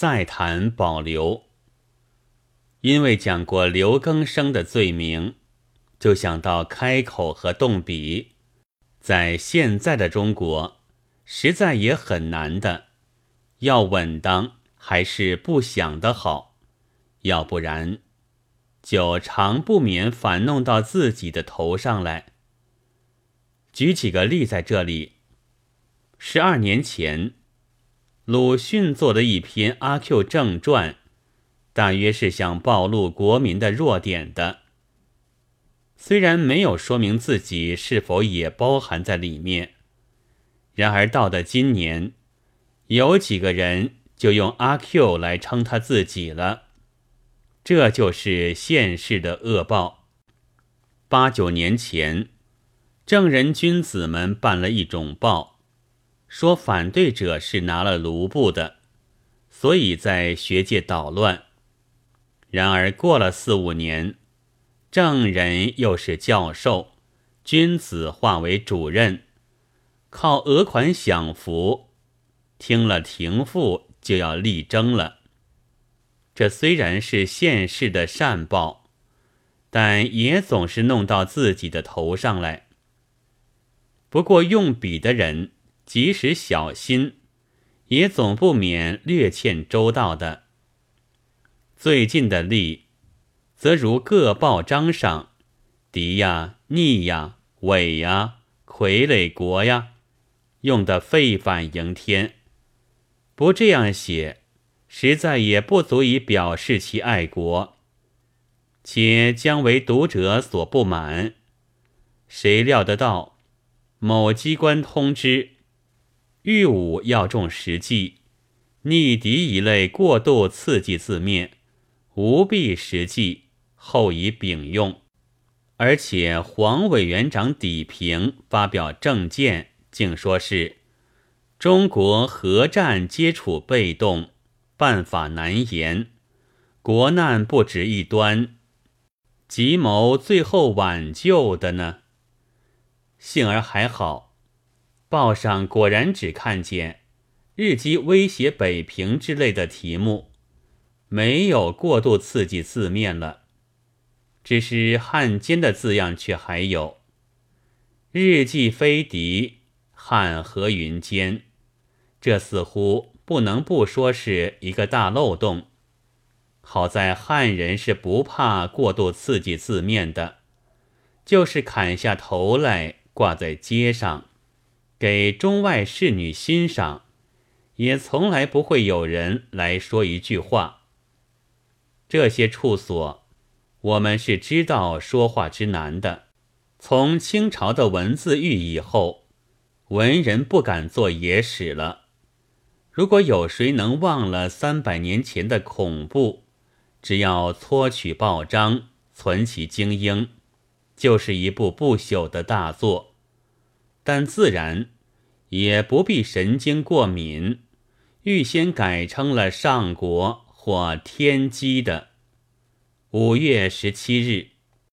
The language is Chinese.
再谈保留。因为讲过刘更生的罪名，就想到开口和动笔，在现在的中国实在也很难的，要稳当还是不想的好，要不然就常不免反弄到自己的头上来。举几个例在这里。12年前，鲁迅做的一篇阿 Q 正传，大约是想暴露国民的弱点的，虽然没有说明自己是否也包含在里面，然而到了今年，有几个人就用阿 Q 来称他自己了，这就是现世的恶报。8、9年前，正人君子们办了一种报，说反对者是拿了卢布的，所以在学界捣乱。然而过了4、5年，正人又是教授，君子化为主任，靠额款享福，听了廷赋就要力争了。这虽然是现世的善报，但也总是弄到自己的头上来。不过用笔的人即使小心，也总不免略欠周到的。最近的例，则如各报章上，敌呀、逆呀、伪呀、傀儡国呀，用得沸反盈天。不这样写，实在也不足以表示其爱国，且将为读者所不满。谁料得到，某机关通知，御武要重实际，逆敌一类过度刺激字面，无必实际，后以丙用。而且黄委员长底评发表政见，竟说是中国核战皆处被动，办法难言，国难不止一端，急谋最后挽救的呢。幸而还好，报上果然只看见日机威胁北平之类的题目，没有过度刺激字面了。只是汉奸的字样却还有，日既非敌，汉何云奸，这似乎不能不说是一个大漏洞。好在汉人是不怕过度刺激字面的，就是砍下头来挂在街上，给中外侍女欣赏，也从来不会有人来说一句话。这些处所，我们是知道说话之难的。从清朝的文字狱以后，文人不敢做野史了。如果有谁能忘了300年前的恐怖，只要撮取报章，存其精英，就是一部不朽的大作。但自然也不必神经过敏，预先改称了上国或天机的。5月17日。